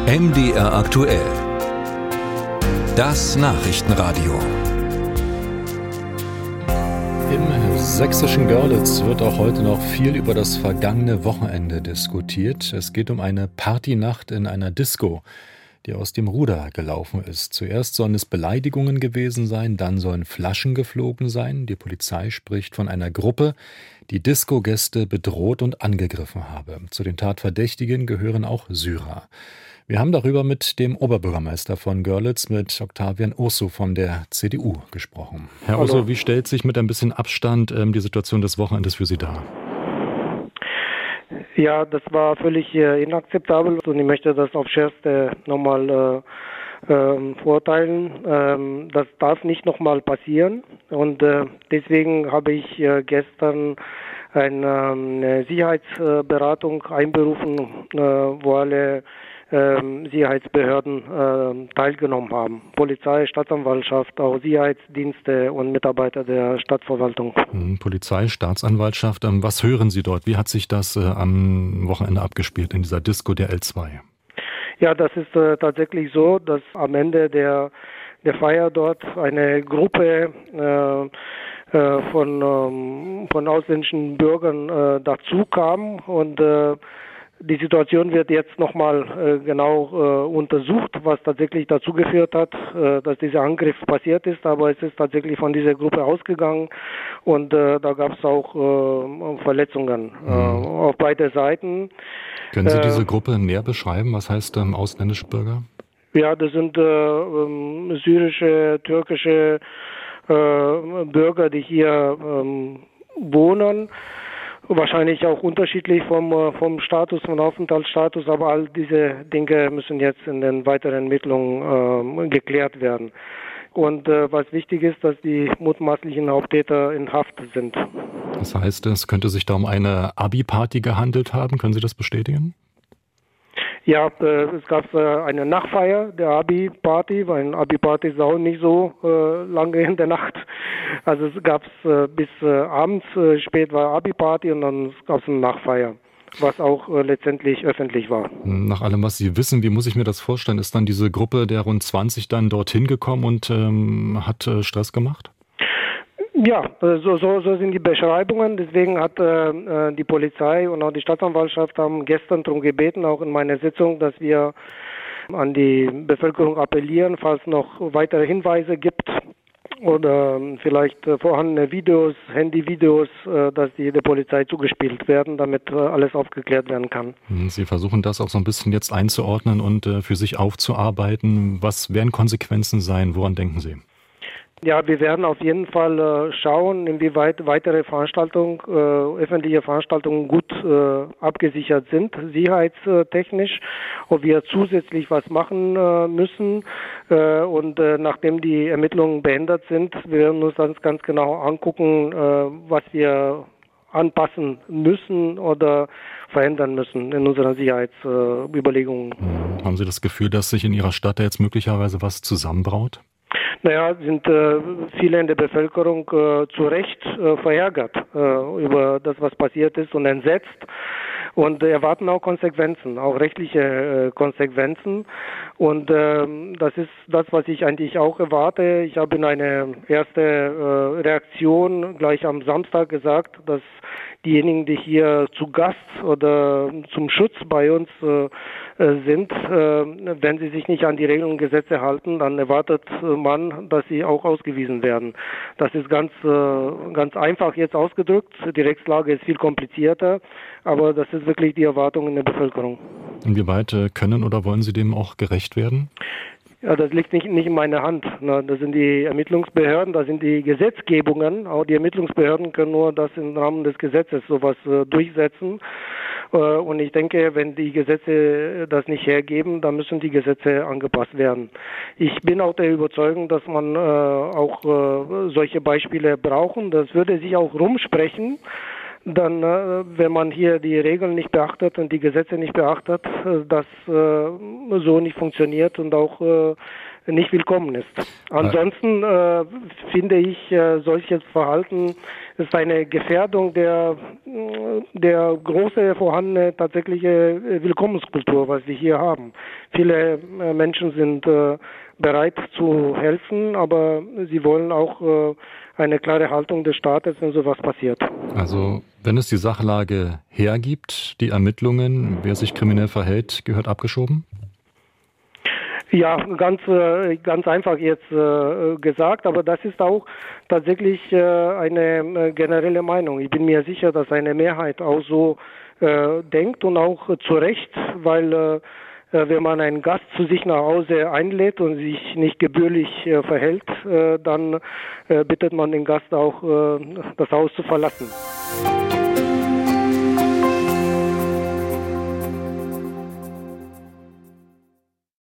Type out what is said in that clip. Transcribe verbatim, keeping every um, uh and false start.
M D R aktuell. Das Nachrichtenradio. Im sächsischen Görlitz wird auch heute noch viel über das vergangene Wochenende diskutiert. Es geht um eine Partynacht in einer Disco, die aus dem Ruder gelaufen ist. Zuerst sollen es Beleidigungen gewesen sein, dann sollen Flaschen geflogen sein. Die Polizei spricht von einer Gruppe, die Disco-Gäste bedroht und angegriffen habe. Zu den Tatverdächtigen gehören auch Syrer. Wir haben darüber mit dem Oberbürgermeister von Görlitz, mit Octavian Urso von der C D U, gesprochen. Herr Urso, wie stellt sich mit ein bisschen Abstand ähm, die Situation des Wochenendes für Sie dar? Ja, das war völlig äh, inakzeptabel und ich möchte das auf Schärfste nochmal äh, äh, verurteilen. Ähm, das darf nicht nochmal passieren und äh, deswegen habe ich äh, gestern eine, eine Sicherheitsberatung einberufen, äh, wo alle Ähm, Sicherheitsbehörden äh, teilgenommen haben. Polizei, Staatsanwaltschaft, auch Sicherheitsdienste und Mitarbeiter der Stadtverwaltung. Hm, Polizei, Staatsanwaltschaft, ähm, was hören Sie dort? Wie hat sich das äh, am Wochenende abgespielt in dieser Disco der L zwei? Ja, das ist äh, tatsächlich so, dass am Ende der, der Feier dort eine Gruppe äh, äh, von, ähm, von ausländischen Bürgern äh, dazu kam und äh, die Situation wird jetzt nochmal äh, genau äh, untersucht, was tatsächlich dazu geführt hat, äh, dass dieser Angriff passiert ist. Aber es ist tatsächlich von dieser Gruppe ausgegangen und äh, da gab es auch äh, Verletzungen äh, mhm. auf beide Seiten. Können Sie äh, diese Gruppe näher beschreiben? Was heißt ähm, ausländische Bürger? Ja, das sind äh, ähm, syrische, türkische äh, Bürger, die hier ähm, wohnen. Wahrscheinlich auch unterschiedlich vom, vom Status, vom Aufenthaltsstatus, aber all diese Dinge müssen jetzt in den weiteren Ermittlungen äh, geklärt werden. Und äh, was wichtig ist, dass die mutmaßlichen Haupttäter in Haft sind. Das heißt, es könnte sich da um eine Abi-Party gehandelt haben. Können Sie das bestätigen? Ja, äh, es gab äh, eine Nachfeier der Abi-Party, weil eine Abi-Party ist auch nicht so äh, lange in der Nacht. Also es gab es äh, bis äh, abends, äh, spät war Abi-Party und dann gab es eine Nachfeier, was auch äh, letztendlich öffentlich war. Nach allem, was Sie wissen, wie muss ich mir das vorstellen? Ist dann diese Gruppe der rund zwanzig dann dorthin gekommen und ähm, hat äh, Stress gemacht? Ja, so, so, so sind die Beschreibungen. Deswegen hat äh, die Polizei und auch die Staatsanwaltschaft haben gestern darum gebeten, auch in meiner Sitzung, dass wir an die Bevölkerung appellieren, falls noch weitere Hinweise gibt oder vielleicht äh, vorhandene Videos, Handyvideos, äh, dass die der Polizei zugespielt werden, damit äh, alles aufgeklärt werden kann. Sie versuchen das auch so ein bisschen jetzt einzuordnen und äh, für sich aufzuarbeiten. Was werden Konsequenzen sein? Woran denken Sie? Ja, wir werden auf jeden Fall äh, schauen, inwieweit weitere Veranstaltungen, äh, öffentliche Veranstaltungen gut äh, abgesichert sind, sicherheitstechnisch, ob wir zusätzlich was machen äh, müssen. Äh, und äh, nachdem die Ermittlungen beendet sind, wir werden uns dann ganz genau angucken, äh, was wir anpassen müssen oder verändern müssen in unseren Sicherheitsüberlegungen. Äh, Haben Sie das Gefühl, dass sich in Ihrer Stadt da jetzt möglicherweise was zusammenbraut? Naja, sind äh, viele in der Bevölkerung äh, zu Recht äh, verärgert äh, über das, was passiert ist und entsetzt und erwarten auch Konsequenzen, auch rechtliche äh, Konsequenzen. Und äh, das ist das, was ich eigentlich auch erwarte. Ich habe in eine erste äh, Reaktion gleich am Samstag gesagt, dass diejenigen, die hier zu Gast oder zum Schutz bei uns äh, sind, äh, wenn sie sich nicht an die Regeln und Gesetze halten, dann erwartet man, dass sie auch ausgewiesen werden. Das ist ganz, äh, ganz einfach jetzt ausgedrückt. Die Rechtslage ist viel komplizierter, aber das ist wirklich die Erwartung in der Bevölkerung. Inwieweit äh, können oder wollen Sie dem auch gerecht werden? Ja, das liegt nicht, nicht in meiner Hand. Das sind die Ermittlungsbehörden, das sind die Gesetzgebungen. Auch die Ermittlungsbehörden können nur das im Rahmen des Gesetzes sowas äh, durchsetzen. Äh, und ich denke, wenn die Gesetze das nicht hergeben, dann müssen die Gesetze angepasst werden. Ich bin auch der Überzeugung, dass man äh, auch äh, solche Beispiele brauchen. Das würde sich auch rumsprechen, dann, äh, wenn man hier die Regeln nicht beachtet und die Gesetze nicht beachtet, äh, das äh, so nicht funktioniert und auch äh, nicht willkommen ist. Ansonsten äh, finde ich, äh, solches Verhalten ist eine Gefährdung der, der große vorhandene tatsächliche Willkommenskultur, was wir hier haben. Viele äh, Menschen sind äh, bereit zu helfen, aber sie wollen auch äh, eine klare Haltung des Staates, wenn sowas passiert. Also wenn es die Sachlage hergibt, die Ermittlungen, wer sich kriminell verhält, gehört abgeschoben? Ja, ganz, ganz einfach jetzt äh, gesagt, aber das ist auch tatsächlich äh, eine äh, generelle Meinung. Ich bin mir sicher, dass eine Mehrheit auch so äh, denkt und auch äh, zu Recht, weil äh, wenn man einen Gast zu sich nach Hause einlädt und sich nicht gebührlich äh, verhält, äh, dann äh, bittet man den Gast auch, äh, das Haus zu verlassen.